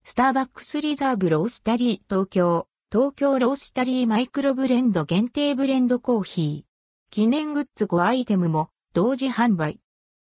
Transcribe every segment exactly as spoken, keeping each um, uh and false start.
スターバックスリザーブロースタリー東京、東京ロースタリーマイクロブレンド限定ブレンドコーヒー。記念グッズごアイテムも同時販売。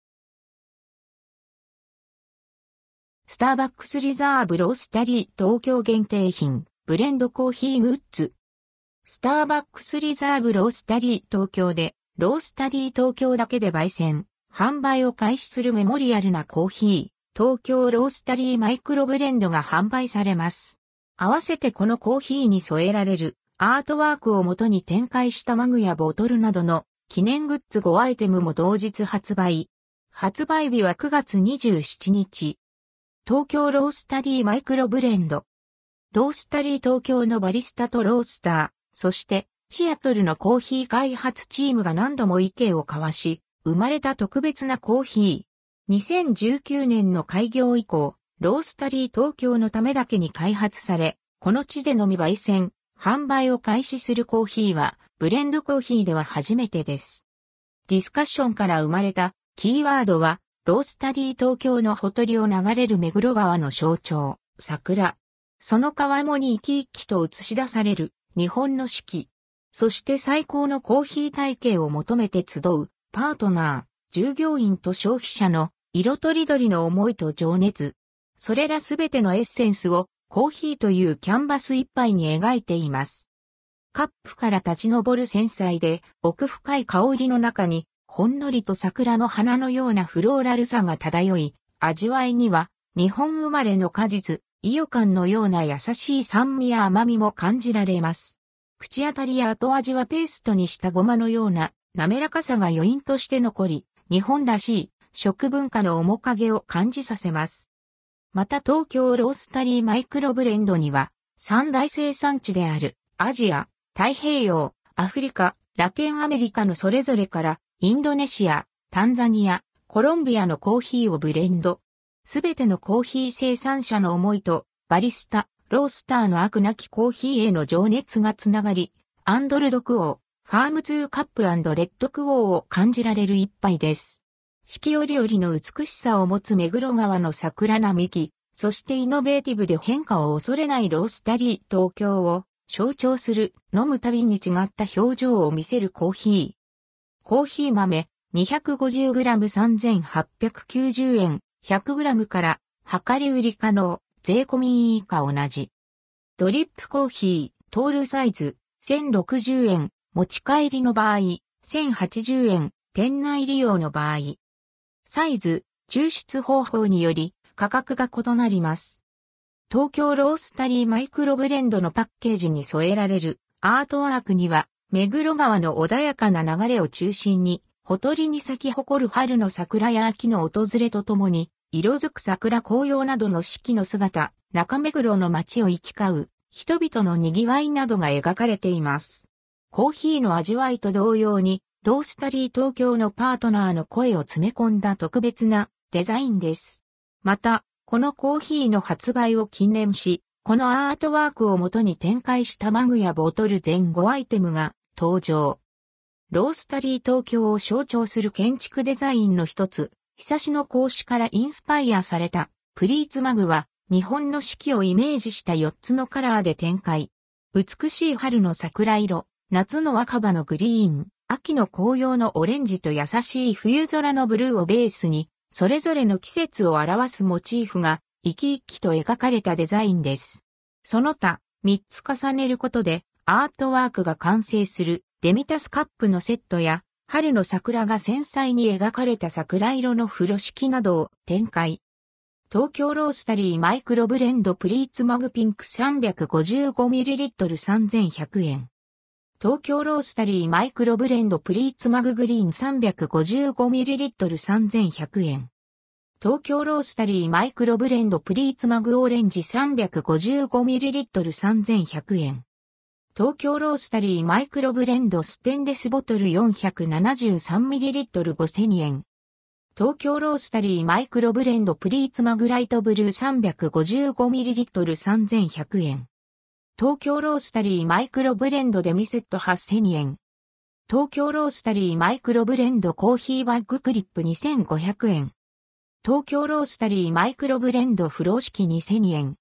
スターバックスリザーブロースタリー東京限定品、ブレンドコーヒーグッズ。スターバックスリザーブロースタリー東京で、ロースタリー東京だけで焙煎、販売を開始するメモリアルなコーヒー。東京ロースタリーマイクロブレンドが販売されます。合わせてこのコーヒーに添えられるアートワークを元に展開したマグやボトルなどの記念グッズごアイテムも同日発売。発売日はくがつにじゅうしちにち。東京ロースタリーマイクロブレンド。ロースタリー東京のバリスタとロースター、そしてシアトルのコーヒー開発チームが何度も意見を交わし、生まれた特別なコーヒー。にせんじゅうきゅうねんの開業以降、ロースタリー東京のためだけに開発され、この地でのみ焙煎、販売を開始するコーヒーは、ブレンドコーヒーでは初めてです。ディスカッションから生まれたキーワードは、ロースタリー東京のほとりを流れる目黒川の象徴、桜。その川面に生き生きと映し出される日本の四季。そして最高のコーヒー体験を求めて集うパートナー、従業員と消費者の色とりどりの思いと情熱。それらすべてのエッセンスをコーヒーというキャンバス一杯に描いています。カップから立ち上る繊細で奥深い香りの中にほんのりと桜の花のようなフローラルさが漂い、味わいには日本生まれの果実、イヨカンのような優しい酸味や甘みも感じられます。口当たりや後味はペーストにしたごまのような滑らかさが余韻として残り、日本らしい食文化の面影を感じさせます。また東京ロースタリーマイクロブレンドには三大生産地であるアジア、太平洋、アフリカ、ラテンアメリカのそれぞれからインドネシア、タンザニア、コロンビアのコーヒーをブレンド。すべてのコーヒー生産者の思いとバリスタ、ロースターの飽くなきコーヒーへの情熱がつながり、アンドルドクオー、ファームツーカップ&レッドクオーを感じられる一杯です。四季折々の美しさを持つ目黒川の桜並木、そしてイノベーティブで変化を恐れないロースタリー東京を象徴する飲むたびに違った表情を見せるコーヒー。コーヒー豆 にひゃくごじゅうグラムさんぜんはっぴゃくきゅうじゅうえん、ひゃくグラムから量り売り可能、税込み以下同じ。ドリップコーヒー、トールサイズ、せんろくじゅうえん、持ち帰りの場合、せんはちじゅうえん、店内利用の場合。サイズ、抽出方法により価格が異なります。東京ロースタリーマイクロブレンドのパッケージに添えられるアートワークには、目黒川の穏やかな流れを中心に、ほとりに咲き誇る春の桜や秋の訪れとともに、色づく桜紅葉などの四季の姿、中目黒の街を行き交う、人々の賑わいなどが描かれています。コーヒーの味わいと同様に、ロースタリー東京のパートナーの声を詰め込んだ特別なデザインです。また、このコーヒーの発売を記念し、このアートワークを元に展開したマグやボトル全ごアイテムが登場。ロースタリー東京を象徴する建築デザインの一つ、ひさしの格子からインスパイアされたプリーツマグは日本の四季をイメージしたよっつのカラーで展開。美しい春の桜色、夏の若葉のグリーン、秋の紅葉のオレンジと優しい冬空のブルーをベースに、それぞれの季節を表すモチーフが生き生きと描かれたデザインです。その他、みっつ重ねることでアートワークが完成するデミタスカップのセットや、春の桜が繊細に描かれた桜色の風呂敷などを展開。東京ロースタリーマイクロブレンドプリーツマグピンク さんびゃくごじゅうごミリリットル さんぜんひゃくえん。東京ロースタリーマイクロブレンドプリーツマググリーン さんびゃくごじゅうごミリリットル さんぜんひゃくえん。東京ロースタリーマイクロブレンドプリーツマグオレンジ さんびゃくごじゅうごミリリットル さんぜんひゃくえん。東京ロースタリーマイクロブレンドステンレスボトル よんひゃくななじゅうさんミリリットル ごせんえん。東京ロースタリーマイクロブレンドプリーツマグライトブルー さんびゃくごじゅうごミリリットル さんぜんひゃくえん。東京ロースタリーマイクロブレンドデミセットはっせんえん。東京ロースタリーマイクロブレンドコーヒーバッグクリップにせんごひゃくえん。東京ロースタリーマイクロブレンド風呂敷にせんえん。